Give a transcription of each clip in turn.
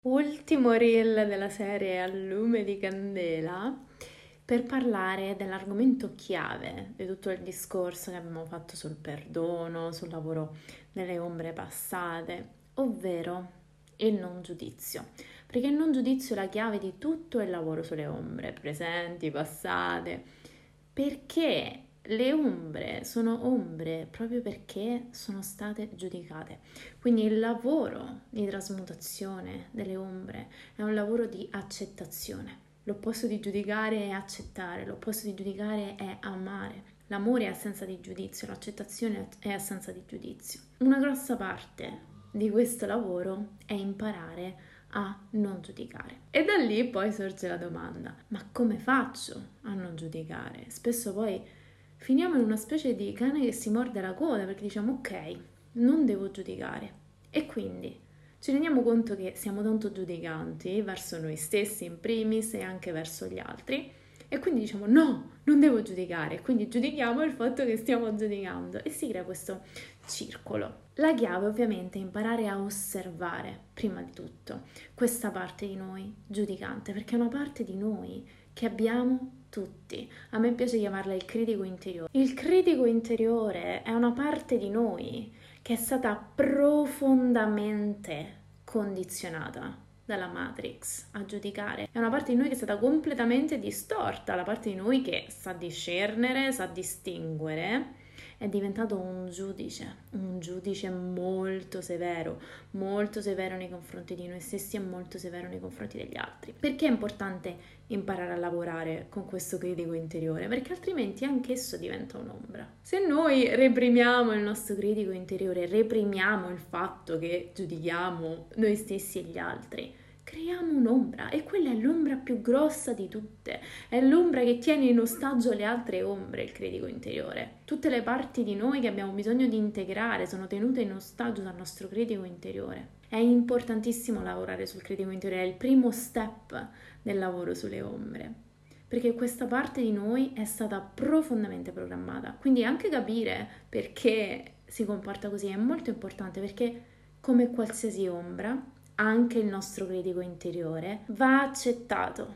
Ultimo reel della serie Al lume di candela per parlare dell'argomento chiave di tutto il discorso che abbiamo fatto sul perdono, sul lavoro delle ombre passate, ovvero il non giudizio. Perché il non giudizio è la chiave di tutto il lavoro sulle ombre, presenti, passate, perché le ombre sono ombre proprio perché sono state giudicate. Quindi il lavoro di trasmutazione delle ombre è un lavoro di accettazione. L'opposto di giudicare è accettare, l'opposto di giudicare è amare. L'amore è assenza di giudizio, l'accettazione è assenza di giudizio. Una grossa parte di questo lavoro è imparare a non giudicare. E da lì poi sorge la domanda: ma come faccio a non giudicare? Spesso poi finiamo in una specie di cane che si morde la coda perché diciamo ok, non devo giudicare. E quindi ci rendiamo conto che siamo tanto giudicanti verso noi stessi in primis e anche verso gli altri. E quindi diciamo no, non devo giudicare, quindi giudichiamo il fatto che stiamo giudicando e si crea questo circolo. La chiave ovviamente è imparare a osservare, prima di tutto, questa parte di noi giudicante, perché è una parte di noi che abbiamo tutti. A me piace chiamarla il critico interiore. Il critico interiore è una parte di noi che è stata profondamente condizionata dalla Matrix a giudicare. È una parte di noi che è stata completamente distorta, la parte di noi che sa discernere, sa distinguere, è diventato un giudice molto severo nei confronti di noi stessi e molto severo nei confronti degli altri. Perché è importante imparare a lavorare con questo critico interiore? Perché altrimenti anch'esso diventa un'ombra. Se noi reprimiamo il nostro critico interiore, reprimiamo il fatto che giudichiamo noi stessi e gli altri, creiamo un'ombra e quella è l'ombra più grossa di tutte, è l'ombra che tiene in ostaggio le altre ombre, il critico interiore. Tutte le parti di noi che abbiamo bisogno di integrare sono tenute in ostaggio dal nostro critico interiore. È importantissimo lavorare sul critico interiore, è il primo step del lavoro sulle ombre, perché questa parte di noi è stata profondamente programmata. Quindi anche capire perché si comporta così è molto importante, perché come qualsiasi ombra, anche il nostro critico interiore va accettato,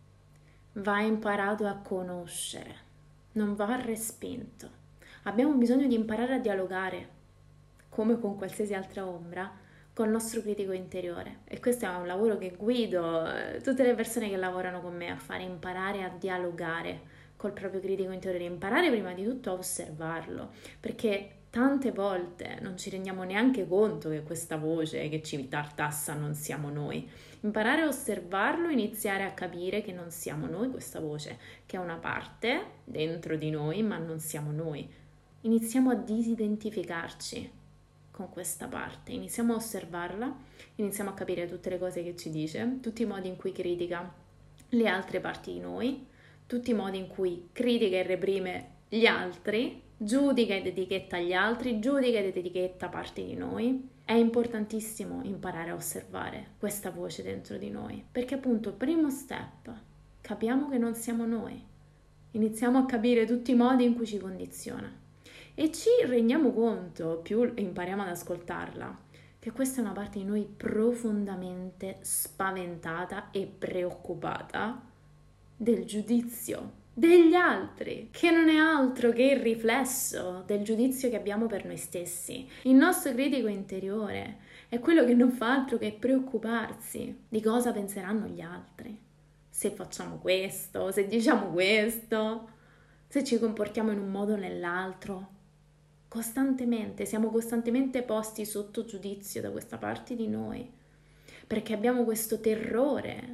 va imparato a conoscere, non va respinto. Abbiamo bisogno di imparare a dialogare, come con qualsiasi altra ombra, col nostro critico interiore. E questo è un lavoro che guido tutte le persone che lavorano con me a fare, imparare a dialogare col proprio critico interiore, imparare prima di tutto a osservarlo, perché tante volte non ci rendiamo neanche conto che questa voce che ci tartassa non siamo noi. Imparare a osservarlo, iniziare a capire che non siamo noi questa voce, che è una parte dentro di noi, ma non siamo noi. Iniziamo a disidentificarci con questa parte, iniziamo a osservarla, iniziamo a capire tutte le cose che ci dice, tutti i modi in cui critica le altre parti di noi, tutti i modi in cui critica e reprime gli altri, giudica ed etichetta gli altri, giudica ed etichetta parti di noi. È importantissimo imparare a osservare questa voce dentro di noi, perché appunto, primo step, capiamo che non siamo noi, iniziamo a capire tutti i modi in cui ci condiziona e ci rendiamo conto, più impariamo ad ascoltarla, che questa è una parte di noi profondamente spaventata e preoccupata del giudizio degli altri, che non è altro che il riflesso del giudizio che abbiamo per noi stessi. Il nostro critico interiore è quello che non fa altro che preoccuparsi di cosa penseranno gli altri. Se facciamo questo, se diciamo questo, se ci comportiamo in un modo o nell'altro. Costantemente, siamo costantemente posti sotto giudizio da questa parte di noi, perché abbiamo questo terrore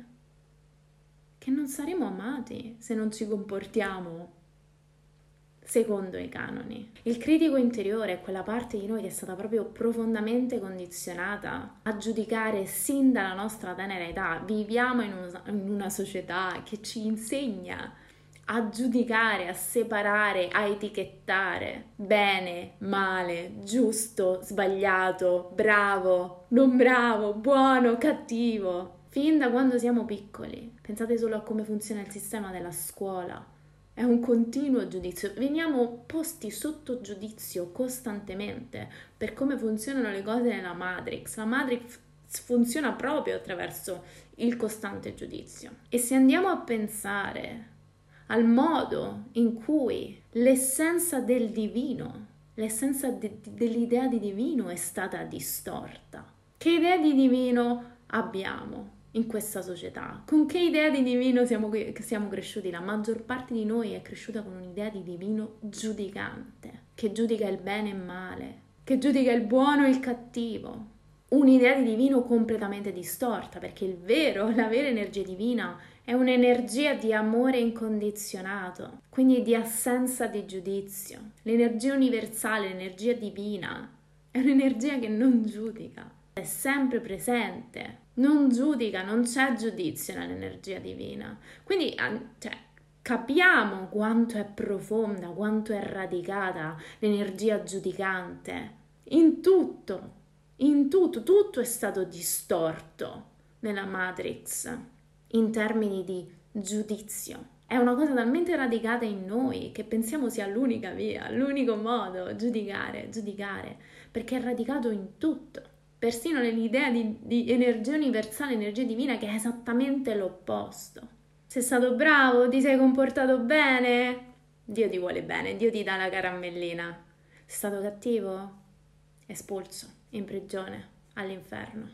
che non saremo amati se non ci comportiamo secondo i canoni. Il critico interiore è quella parte di noi che è stata proprio profondamente condizionata a giudicare sin dalla nostra tenera età. Viviamo in una società che ci insegna a giudicare, a separare, a etichettare bene, male, giusto, sbagliato, bravo, non bravo, buono, cattivo. Fin da quando siamo piccoli, pensate solo a come funziona il sistema della scuola. È un continuo giudizio, veniamo posti sotto giudizio costantemente per come funzionano le cose nella Matrix. La Matrix funziona proprio attraverso il costante giudizio. E se andiamo a pensare al modo in cui l'essenza del divino, l'essenza dell'idea di divino è stata distorta, che idea di divino abbiamo in questa società? Con che idea di divino siamo cresciuti? La maggior parte di noi è cresciuta con un'idea di divino giudicante, che giudica il bene e il male, che giudica il buono e il cattivo. Un'idea di divino completamente distorta, perché la vera energia divina è un'energia di amore incondizionato, quindi di assenza di giudizio. L'energia universale, l'energia divina, è un'energia che non giudica, è sempre presente, non giudica, non c'è giudizio nell'energia divina. Quindi, capiamo quanto è profonda, quanto è radicata l'energia giudicante in tutto. Tutto è stato distorto nella Matrix in termini di giudizio. È una cosa talmente radicata in noi che pensiamo sia l'unica via, l'unico modo, giudicare, perché è radicato in tutto. Persino nell'idea di energia universale, energia divina, che è esattamente l'opposto. Sei stato bravo? Ti sei comportato bene? Dio ti vuole bene, Dio ti dà la caramellina. Sei stato cattivo? Espulso, in prigione, all'inferno.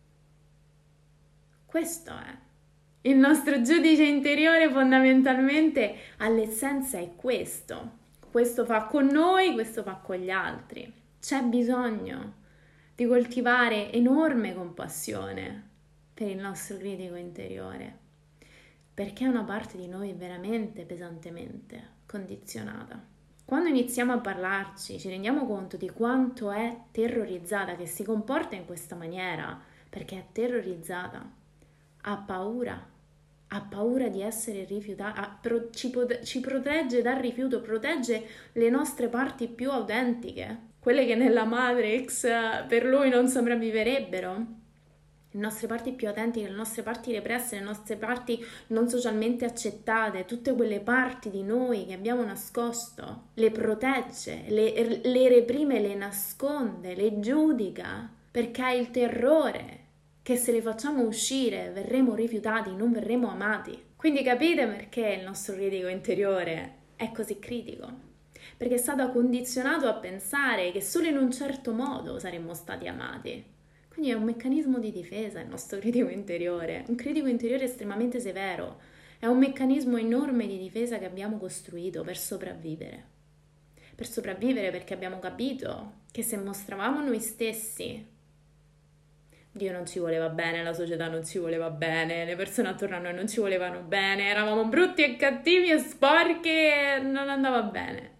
Questo è. Il nostro giudice interiore fondamentalmente all'essenza è questo. Questo fa con noi, questo fa con gli altri. C'è bisogno di coltivare enorme compassione per il nostro critico interiore, perché è una parte di noi veramente pesantemente condizionata. Quando iniziamo a parlarci ci rendiamo conto di quanto è terrorizzata, che si comporta in questa maniera, perché è terrorizzata, ha paura di essere rifiutata, ci protegge dal rifiuto, protegge le nostre parti più autentiche, quelle che nella Matrix per lui non sopravviverebbero. Le nostre parti più autentiche, le nostre parti represse, le nostre parti non socialmente accettate, tutte quelle parti di noi che abbiamo nascosto, le protegge, le reprime, le nasconde, le giudica, perché ha il terrore che se le facciamo uscire verremo rifiutati, non verremo amati. Quindi capite perché il nostro critico interiore è così critico? Perché è stato condizionato a pensare che solo in un certo modo saremmo stati amati. Quindi è un meccanismo di difesa il nostro critico interiore, un critico interiore estremamente severo, è un meccanismo enorme di difesa che abbiamo costruito per sopravvivere. Per sopravvivere perché abbiamo capito che se mostravamo noi stessi, Dio non ci voleva bene, la società non ci voleva bene, le persone attorno a noi non ci volevano bene, eravamo brutti e cattivi e sporchi e non andava bene.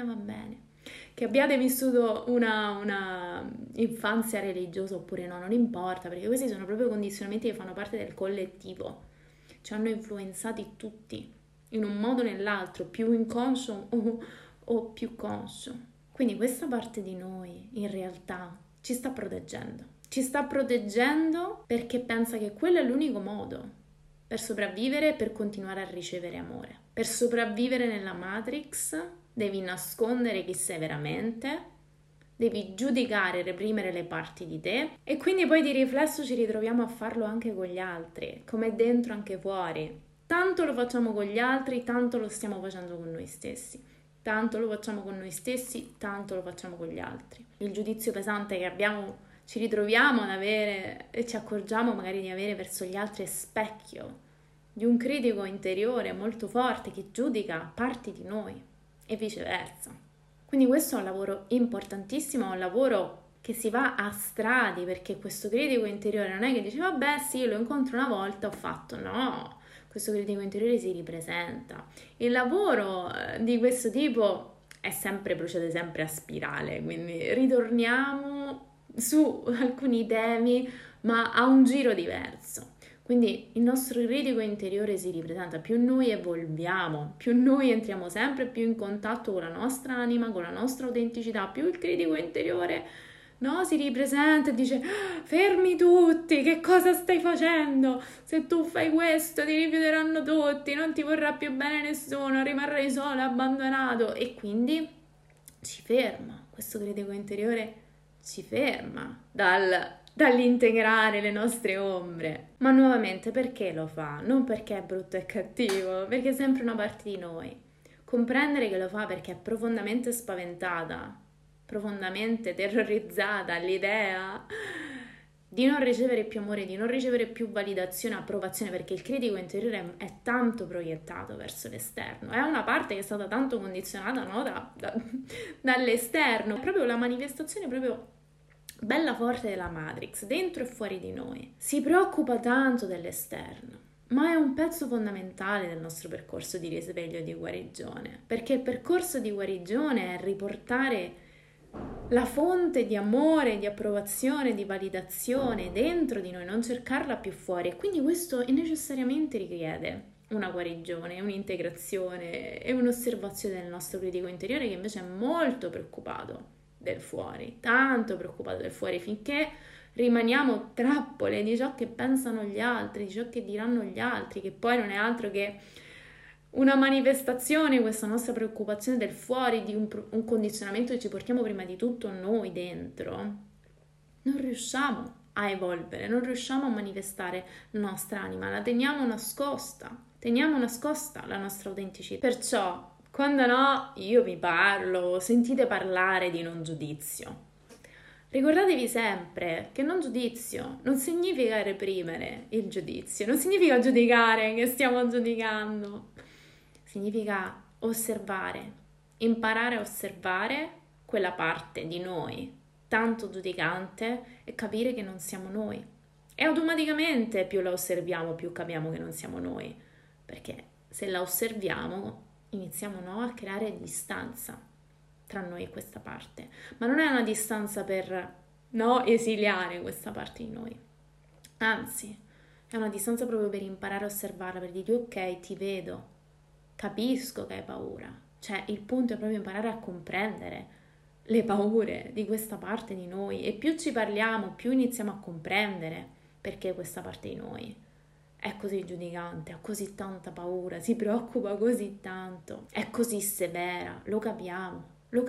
Che abbiate vissuto una infanzia religiosa oppure no, non importa, perché questi sono proprio condizionamenti che fanno parte del collettivo. Ci hanno influenzati tutti, in un modo o nell'altro, più inconscio o più conscio. Quindi questa parte di noi, in realtà, ci sta proteggendo. Ci sta proteggendo perché pensa che quello è l'unico modo per sopravvivere e per continuare a ricevere amore. Per sopravvivere nella Matrix devi nascondere chi sei veramente, devi giudicare e reprimere le parti di te e quindi poi di riflesso ci ritroviamo a farlo anche con gli altri, come dentro anche fuori. Tanto lo facciamo con gli altri, tanto lo stiamo facendo con noi stessi. Tanto lo facciamo con noi stessi, tanto lo facciamo con gli altri. Il giudizio pesante che ci ritroviamo ad avere e ci accorgiamo magari di avere verso gli altri è specchio di un critico interiore molto forte che giudica parti di noi e viceversa. Quindi questo è un lavoro importantissimo, è un lavoro che si va a strati, perché questo critico interiore non è che dice vabbè sì, lo incontro una volta, ho fatto, no, questo critico interiore si ripresenta. Il lavoro di questo tipo procede sempre a spirale, quindi ritorniamo su alcuni temi ma a un giro diverso. Quindi il nostro critico interiore si ripresenta, più noi evolviamo, più noi entriamo sempre più in contatto con la nostra anima, con la nostra autenticità, più il critico interiore si ripresenta e dice fermi tutti, che cosa stai facendo? Se tu fai questo ti rifiuteranno tutti, non ti vorrà più bene nessuno, rimarrai solo, abbandonato. E quindi ci ferma, questo critico interiore ci ferma dal dall'integrare le nostre ombre. Ma nuovamente perché lo fa? Non perché è brutto e cattivo, perché è sempre una parte di noi. Comprendere che lo fa perché è profondamente spaventata, profondamente terrorizzata all'idea di non ricevere più amore, di non ricevere più validazione, approvazione, perché il critico interiore è tanto proiettato verso l'esterno, è una parte che è stata tanto condizionata, no, dall'esterno, è proprio la manifestazione proprio bella forte della Matrix, dentro e fuori di noi. Si preoccupa tanto dell'esterno, ma è un pezzo fondamentale del nostro percorso di risveglio e di guarigione, perché il percorso di guarigione è riportare la fonte di amore, di approvazione, di validazione dentro di noi, non cercarla più fuori. E quindi questo necessariamente richiede una guarigione, un'integrazione e un'osservazione del nostro critico interiore, che invece è molto preoccupato del fuori, tanto preoccupato del fuori, finché rimaniamo trappole di ciò che pensano gli altri, di ciò che diranno gli altri, che poi non è altro che una manifestazione, questa nostra preoccupazione del fuori, di un condizionamento che ci portiamo prima di tutto noi dentro. Non riusciamo a evolvere, non riusciamo a manifestare la nostra anima, la teniamo nascosta la nostra autenticità. Perciò, quando no, io vi parlo, sentite parlare di non giudizio. Ricordatevi sempre che non giudizio non significa reprimere il giudizio, non significa giudicare che stiamo giudicando, significa osservare, imparare a osservare quella parte di noi tanto giudicante e capire che non siamo noi. E automaticamente più la osserviamo, più capiamo che non siamo noi, perché se la osserviamo iniziamo a creare distanza tra noi e questa parte, ma non è una distanza per esiliare questa parte di noi, anzi è una distanza proprio per imparare a osservarla, per dire ok, ti vedo, capisco che hai paura, cioè il punto è proprio imparare a comprendere le paure di questa parte di noi, e più ci parliamo, più iniziamo a comprendere perché questa parte di noi è così giudicante, ha così tanta paura, si preoccupa così tanto, è così severa, lo capiamo.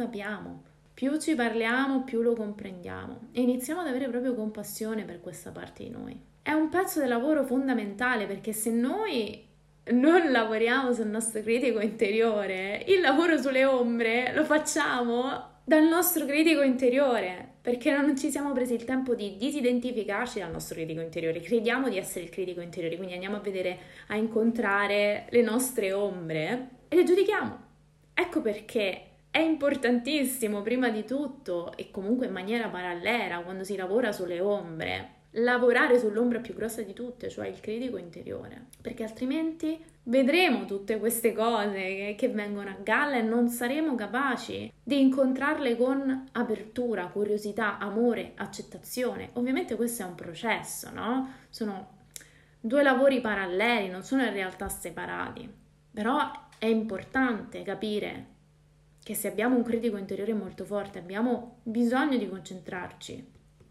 Più ci parliamo, più lo comprendiamo e iniziamo ad avere proprio compassione per questa parte di noi. È un pezzo del lavoro fondamentale, perché se noi non lavoriamo sul nostro critico interiore, il lavoro sulle ombre lo facciamo dal nostro critico interiore, perché non ci siamo presi il tempo di disidentificarci dal nostro critico interiore. Crediamo di essere il critico interiore, quindi andiamo a vedere, a incontrare le nostre ombre e le giudichiamo. Ecco perché è importantissimo, prima di tutto, e comunque in maniera parallela, quando si lavora sulle ombre, lavorare sull'ombra più grossa di tutte, cioè il critico interiore, perché altrimenti vedremo tutte queste cose che vengono a galla e non saremo capaci di incontrarle con apertura, curiosità, amore, accettazione. Ovviamente questo è un processo, no? Sono due lavori paralleli, non sono in realtà separati, però è importante capire che se abbiamo un critico interiore molto forte abbiamo bisogno di concentrarci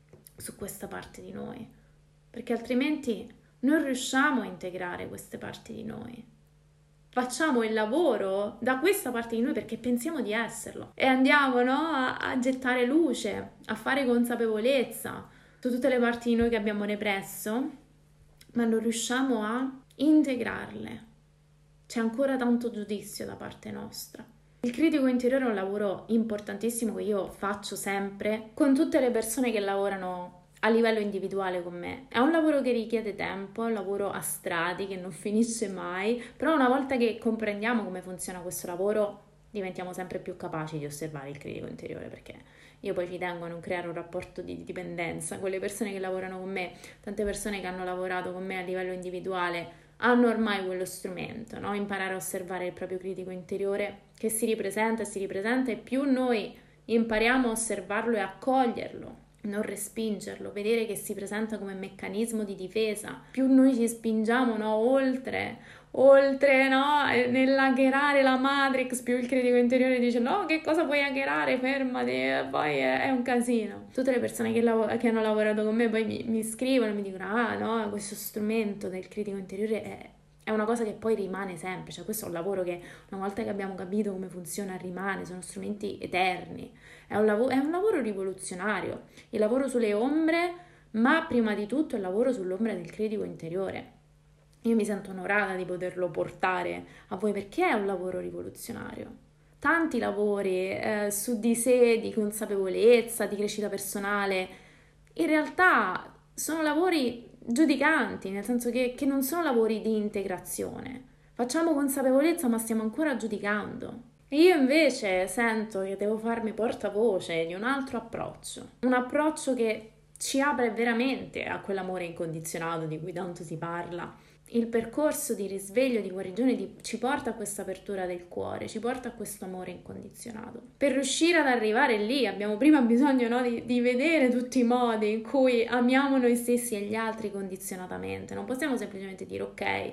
su questa parte di noi, perché altrimenti non riusciamo a integrare queste parti di noi. Facciamo il lavoro da questa parte di noi perché pensiamo di esserlo e andiamo a gettare luce, a fare consapevolezza su tutte le parti di noi che abbiamo represso, ma non riusciamo a integrarle. C'è ancora tanto giudizio da parte nostra. Il critico interiore è un lavoro importantissimo che io faccio sempre con tutte le persone che lavorano a livello individuale con me. È un lavoro che richiede tempo, è un lavoro a strati che non finisce mai, però una volta che comprendiamo come funziona questo lavoro diventiamo sempre più capaci di osservare il critico interiore, perché io poi ci tengo a non creare un rapporto di dipendenza con le persone che lavorano con me. Tante persone che hanno lavorato con me a livello individuale hanno ormai quello strumento, no? Imparare a osservare il proprio critico interiore che si ripresenta e più noi impariamo a osservarlo e accoglierlo, non respingerlo, vedere che si presenta come meccanismo di difesa, più noi ci spingiamo oltre nell'hackerare la Matrix, più il critico interiore dice no, che cosa puoi hackerare, fermati, poi è un casino. Tutte le persone che hanno lavorato con me poi mi scrivono e mi dicono questo strumento del critico interiore è una cosa che poi rimane sempre, cioè questo è un lavoro che una volta che abbiamo capito come funziona rimane, sono strumenti eterni, è un lavoro rivoluzionario. Il lavoro sulle ombre ma prima di tutto il lavoro sull'ombra del critico interiore. Io mi sento onorata di poterlo portare a voi perché è un lavoro rivoluzionario. Tanti lavori su di sé, di consapevolezza, di crescita personale, in realtà sono lavori giudicanti, nel senso che non sono lavori di integrazione. Facciamo consapevolezza, ma stiamo ancora giudicando. E io invece sento che devo farmi portavoce di un altro approccio, un approccio che ci apre veramente a quell'amore incondizionato di cui tanto si parla. Il percorso di risveglio, di guarigione ci porta a questa apertura del cuore, ci porta a questo amore incondizionato. Per riuscire ad arrivare lì abbiamo prima bisogno, no, di vedere tutti i modi in cui amiamo noi stessi e gli altri condizionatamente. Non possiamo semplicemente dire ok,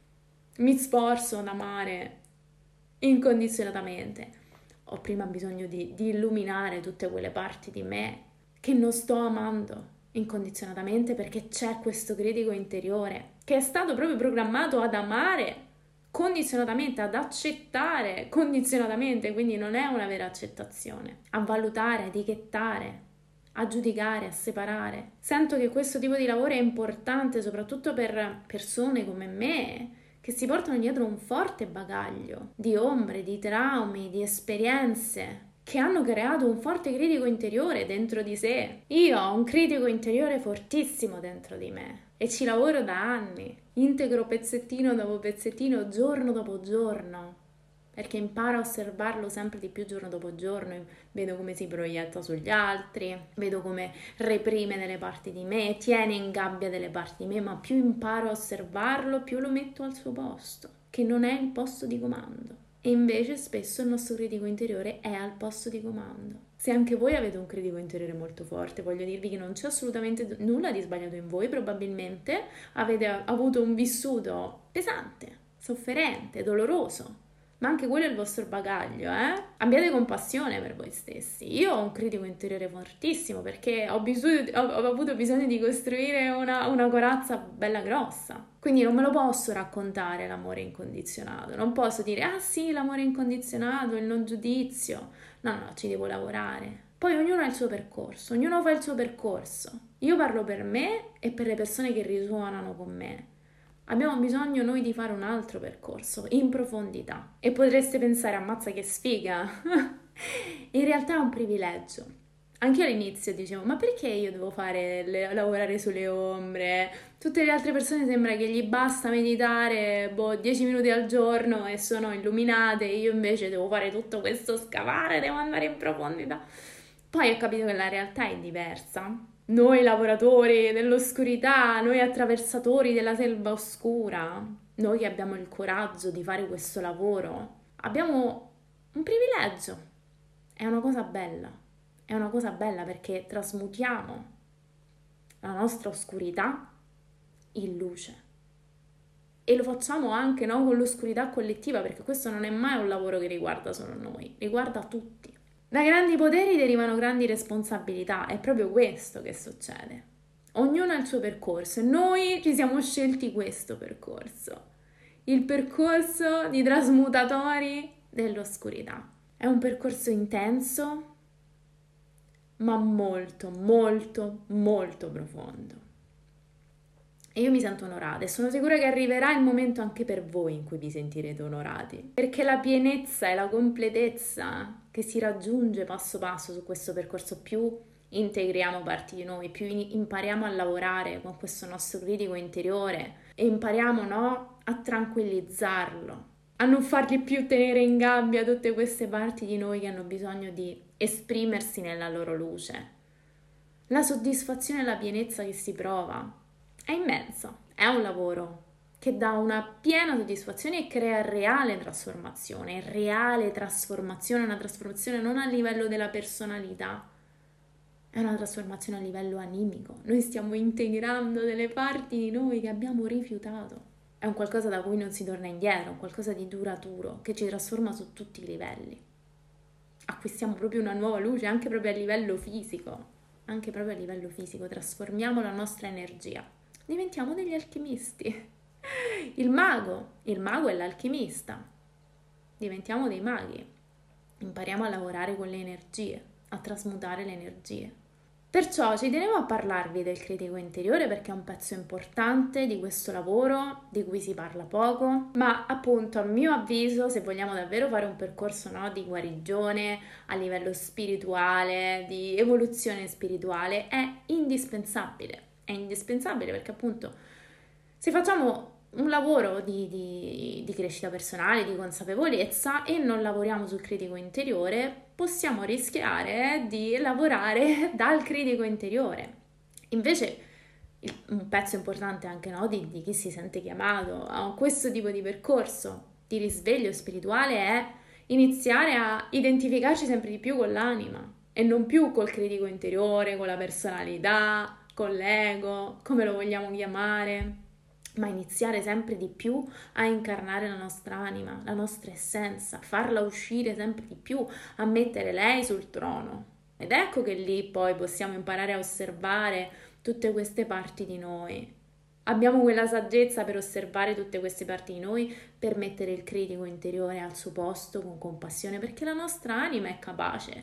mi sforzo ad amare incondizionatamente. Ho prima bisogno di illuminare tutte quelle parti di me che non sto amando incondizionatamente perché c'è questo critico interiore che è stato proprio programmato ad amare condizionatamente, ad accettare condizionatamente, quindi non è una vera accettazione, a valutare, a etichettare, a giudicare, a separare. Sento che questo tipo di lavoro è importante soprattutto per persone come me che si portano dietro un forte bagaglio di ombre, di traumi, di esperienze che hanno creato un forte critico interiore dentro di sé. Io ho un critico interiore fortissimo dentro di me e ci lavoro da anni, integro pezzettino dopo pezzettino, giorno dopo giorno, perché imparo a osservarlo sempre di più giorno dopo giorno, vedo come si proietta sugli altri, vedo come reprime delle parti di me, tiene in gabbia delle parti di me, ma più imparo a osservarlo, più lo metto al suo posto, che non è il posto di comando. E invece spesso il nostro critico interiore è al posto di comando. Se anche voi avete un critico interiore molto forte, voglio dirvi che non c'è assolutamente nulla di sbagliato in voi, probabilmente avete avuto un vissuto pesante, sofferente, doloroso, ma anche quello è il vostro bagaglio, Abbiate compassione per voi stessi. Io ho un critico interiore fortissimo perché ho avuto bisogno di costruire una corazza bella grossa. Quindi non me lo posso raccontare l'amore incondizionato. Non posso dire, ah sì, l'amore incondizionato, il non giudizio. No, ci devo lavorare. Poi ognuno ha il suo percorso, ognuno fa il suo percorso. Io parlo per me e per le persone che risuonano con me. Abbiamo bisogno noi di fare un altro percorso, in profondità. E potreste pensare, ammazza che sfiga! In realtà è un privilegio. Anche io all'inizio dicevo, ma perché io devo lavorare sulle ombre? Tutte le altre persone sembra che gli basta meditare 10 minuti al giorno e sono illuminate, io invece devo fare tutto questo scavare, devo andare in profondità. Poi ho capito che la realtà è diversa. Noi lavoratori dell'oscurità, noi attraversatori della selva oscura, noi che abbiamo il coraggio di fare questo lavoro, abbiamo un privilegio. È una cosa bella. È una cosa bella perché trasmutiamo la nostra oscurità in luce. E lo facciamo anche, no, con l'oscurità collettiva, perché questo non è mai un lavoro che riguarda solo noi, riguarda tutti. Da grandi poteri derivano grandi responsabilità, è proprio questo che succede. Ognuno ha il suo percorso e noi ci siamo scelti questo percorso, il percorso di trasmutatori dell'oscurità. È un percorso intenso, ma molto, molto, molto profondo. E io mi sento onorata e sono sicura che arriverà il momento anche per voi in cui vi sentirete onorati, perché la pienezza e la completezza che si raggiunge passo passo su questo percorso, più integriamo parti di noi, più impariamo a lavorare con questo nostro critico interiore e impariamo, no, a tranquillizzarlo, a non fargli più tenere in gabbia tutte queste parti di noi che hanno bisogno di esprimersi nella loro luce. La soddisfazione e la pienezza che si prova è immensa, è un lavoro che dà una piena soddisfazione e crea reale trasformazione, una trasformazione non a livello della personalità, è una trasformazione a livello animico. Noi stiamo integrando delle parti di noi che abbiamo rifiutato. È un qualcosa da cui non si torna indietro, un qualcosa di duraturo che ci trasforma su tutti i livelli. Acquistiamo proprio una nuova luce, anche proprio a livello fisico, trasformiamo la nostra energia. Diventiamo degli alchimisti. Il mago è l'alchimista. Diventiamo dei maghi. Impariamo a lavorare con le energie, a trasmutare le energie. Perciò ci tenevo a parlarvi del critico interiore perché è un pezzo importante di questo lavoro di cui si parla poco, ma appunto a mio avviso, se vogliamo davvero fare un percorso, no, di guarigione a livello spirituale, di evoluzione spirituale, è indispensabile. È indispensabile perché appunto se facciamo un lavoro di crescita personale, di consapevolezza e non lavoriamo sul critico interiore, possiamo rischiare di lavorare dal critico interiore. Invece un pezzo importante anche, no, di chi si sente chiamato a questo tipo di percorso di risveglio spirituale è iniziare a identificarci sempre di più con l'anima e non più col critico interiore, con la personalità, con l'ego, come lo vogliamo chiamare, ma iniziare sempre di più a incarnare la nostra anima, la nostra essenza, farla uscire sempre di più, a mettere lei sul trono. Ed ecco che lì poi possiamo imparare a osservare tutte queste parti di noi. Abbiamo quella saggezza per osservare tutte queste parti di noi, per mettere il critico interiore al suo posto con compassione, perché la nostra anima è capace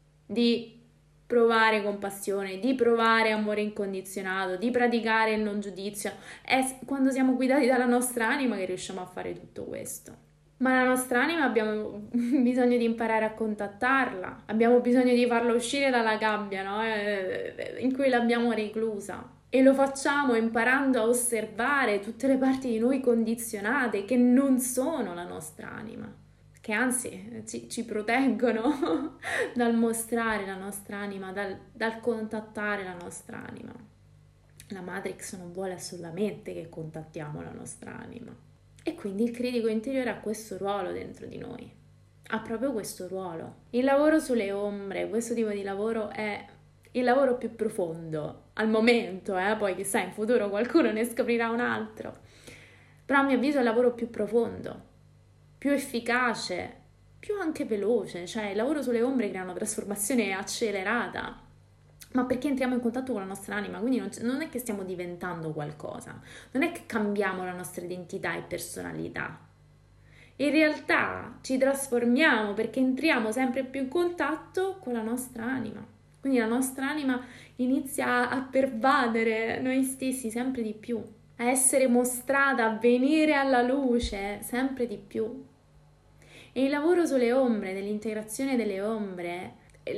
di provare compassione, di provare amore incondizionato, di praticare il non giudizio. È quando siamo guidati dalla nostra anima che riusciamo a fare tutto questo. Ma la nostra anima abbiamo bisogno di imparare a contattarla, abbiamo bisogno di farla uscire dalla gabbia, no? In cui l'abbiamo reclusa. E lo facciamo imparando a osservare tutte le parti di noi condizionate che non sono la nostra anima, che anzi ci proteggono dal mostrare la nostra anima, dal contattare la nostra anima. La Matrix non vuole assolutamente che contattiamo la nostra anima. E quindi il critico interiore ha questo ruolo dentro di noi, ha proprio questo ruolo. Il lavoro sulle ombre, questo tipo di lavoro è il lavoro più profondo al momento, poi chissà in futuro qualcuno ne scoprirà un altro. Però a mio avviso è il lavoro più profondo, più efficace, più anche veloce, cioè il lavoro sulle ombre crea una trasformazione accelerata, ma perché entriamo in contatto con la nostra anima, quindi non è che stiamo diventando qualcosa, non è che cambiamo la nostra identità e personalità. In realtà ci trasformiamo perché entriamo sempre più in contatto con la nostra anima. Quindi la nostra anima inizia a pervadere noi stessi sempre di più, a essere mostrata, a venire alla luce sempre di più. E il lavoro sulle ombre, dell'integrazione delle ombre,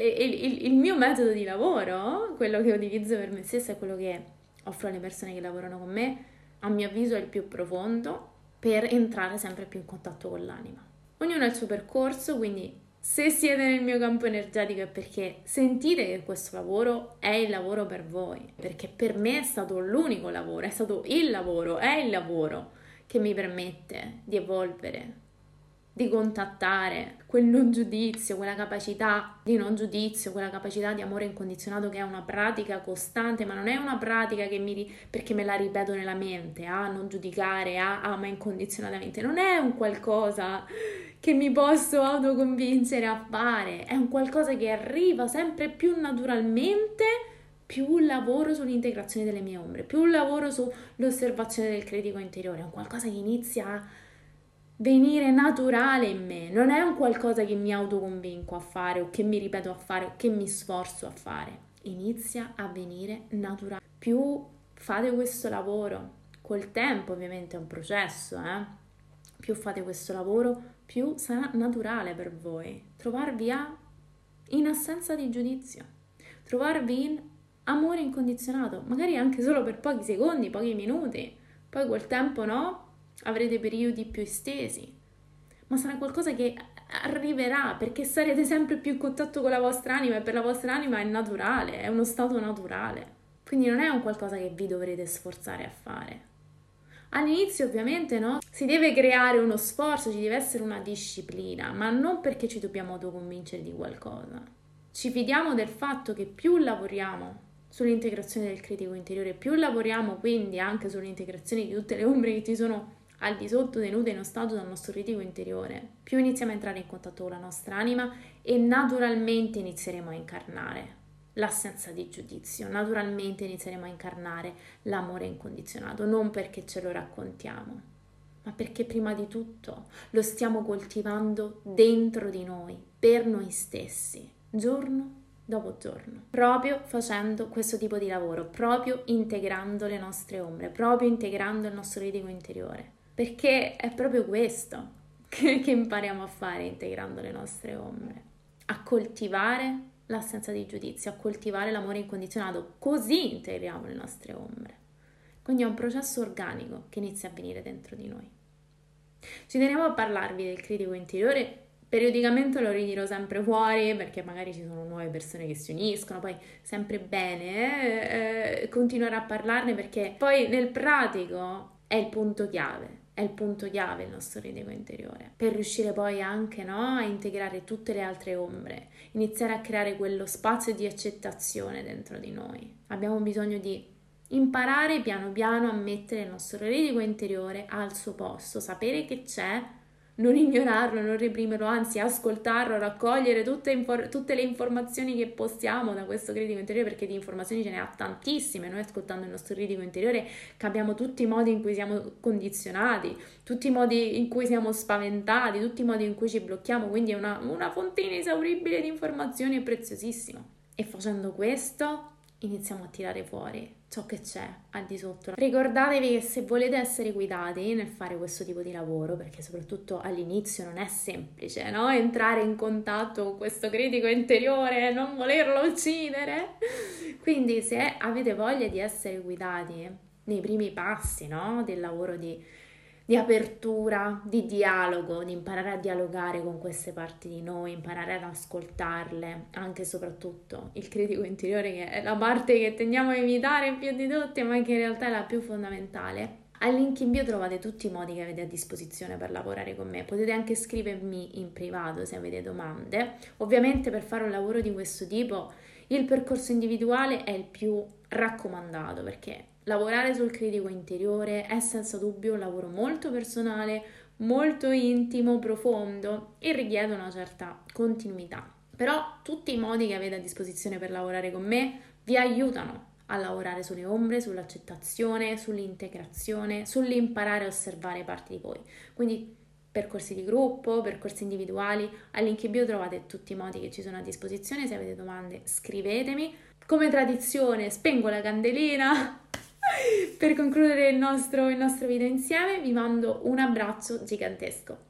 il mio metodo di lavoro, quello che utilizzo per me stessa e quello che offro alle persone che lavorano con me, a mio avviso è il più profondo per entrare sempre più in contatto con l'anima. Ognuno ha il suo percorso, quindi se siete nel mio campo energetico è perché sentite che questo lavoro è il lavoro per voi, perché per me è stato l'unico lavoro, è stato il lavoro, è il lavoro che mi permette di evolvere, di contattare quel non giudizio, quella capacità di non giudizio, quella capacità di amore incondizionato che è una pratica costante, ma non è una pratica perché me la ripeto nella mente, non giudicare, ama incondizionatamente, non è un qualcosa che mi posso autoconvincere a fare, è un qualcosa che arriva sempre più naturalmente, più lavoro sull'integrazione delle mie ombre, più lavoro sull'osservazione del critico interiore, è un qualcosa che inizia a venire naturale in me, non è un qualcosa che mi autoconvinco a fare o che mi ripeto a fare o che mi sforzo a fare, inizia a venire naturale. Più fate questo lavoro, col tempo ovviamente è un processo, più fate questo lavoro, più sarà naturale per voi trovarvi in assenza di giudizio, trovarvi in amore incondizionato, magari anche solo per pochi secondi, pochi minuti, poi col tempo no, avrete periodi più estesi, ma sarà qualcosa che arriverà perché sarete sempre più in contatto con la vostra anima e per la vostra anima è naturale, è uno stato naturale. Quindi non è un qualcosa che vi dovrete sforzare a fare. All'inizio ovviamente no, si deve creare uno sforzo, ci deve essere una disciplina, ma non perché ci dobbiamo autoconvincere di qualcosa. Ci fidiamo del fatto che più lavoriamo sull'integrazione del critico interiore, più lavoriamo quindi anche sull'integrazione di tutte le ombre che ci sono al di sotto tenute in ostaggio dal nostro critico interiore, più iniziamo a entrare in contatto con la nostra anima e naturalmente inizieremo a incarnare l'assenza di giudizio, naturalmente inizieremo a incarnare l'amore incondizionato, non perché ce lo raccontiamo, ma perché prima di tutto lo stiamo coltivando dentro di noi, per noi stessi, giorno dopo giorno, proprio facendo questo tipo di lavoro, proprio integrando le nostre ombre, proprio integrando il nostro critico interiore, perché è proprio questo che impariamo a fare integrando le nostre ombre, a coltivare l'assenza di giudizio, a coltivare l'amore incondizionato, così integriamo le nostre ombre. Quindi è un processo organico che inizia a avvenire dentro di noi. Ci teniamo a parlarvi del critico interiore, periodicamente lo ridirò sempre fuori perché magari ci sono nuove persone che si uniscono, poi sempre bene continuare a parlarne perché poi nel pratico è il punto chiave. È il punto chiave il nostro critico interiore, per riuscire poi anche, no, a integrare tutte le altre ombre, iniziare a creare quello spazio di accettazione dentro di noi. Abbiamo bisogno di imparare piano piano a mettere il nostro critico interiore al suo posto, sapere che c'è, non ignorarlo, non reprimerlo, anzi ascoltarlo, raccogliere tutte le informazioni che possiamo da questo critico interiore, perché di informazioni ce ne ha tantissime. Noi ascoltando il nostro critico interiore capiamo tutti i modi in cui siamo condizionati, tutti i modi in cui siamo spaventati, tutti i modi in cui ci blocchiamo, quindi è una fontina inesauribile di informazioni, è preziosissima. E facendo questo iniziamo a tirare fuori ciò che c'è al di sotto. Ricordatevi che se volete essere guidati nel fare questo tipo di lavoro, perché soprattutto all'inizio non è semplice, no? Entrare in contatto con questo critico interiore, non volerlo uccidere. Quindi se avete voglia di essere guidati nei primi passi, no? Del lavoro di apertura, di dialogo, di imparare a dialogare con queste parti di noi, imparare ad ascoltarle, anche e soprattutto il critico interiore, che è la parte che tendiamo a imitare più di tutte, ma che in realtà è la più fondamentale. Al link in bio trovate tutti i modi che avete a disposizione per lavorare con me. Potete anche scrivermi in privato se avete domande. Ovviamente per fare un lavoro di questo tipo il percorso individuale è il più raccomandato, perché lavorare sul critico interiore è senza dubbio un lavoro molto personale, molto intimo, profondo e richiede una certa continuità. Però tutti i modi che avete a disposizione per lavorare con me vi aiutano a lavorare sulle ombre, sull'accettazione, sull'integrazione, sull'imparare a osservare parti di voi. Quindi percorsi di gruppo, percorsi individuali, al link in bio trovate tutti i modi che ci sono a disposizione. Se avete domande scrivetemi. Come tradizione spengo la candelina per concludere il nostro video insieme. Vi mando un abbraccio gigantesco.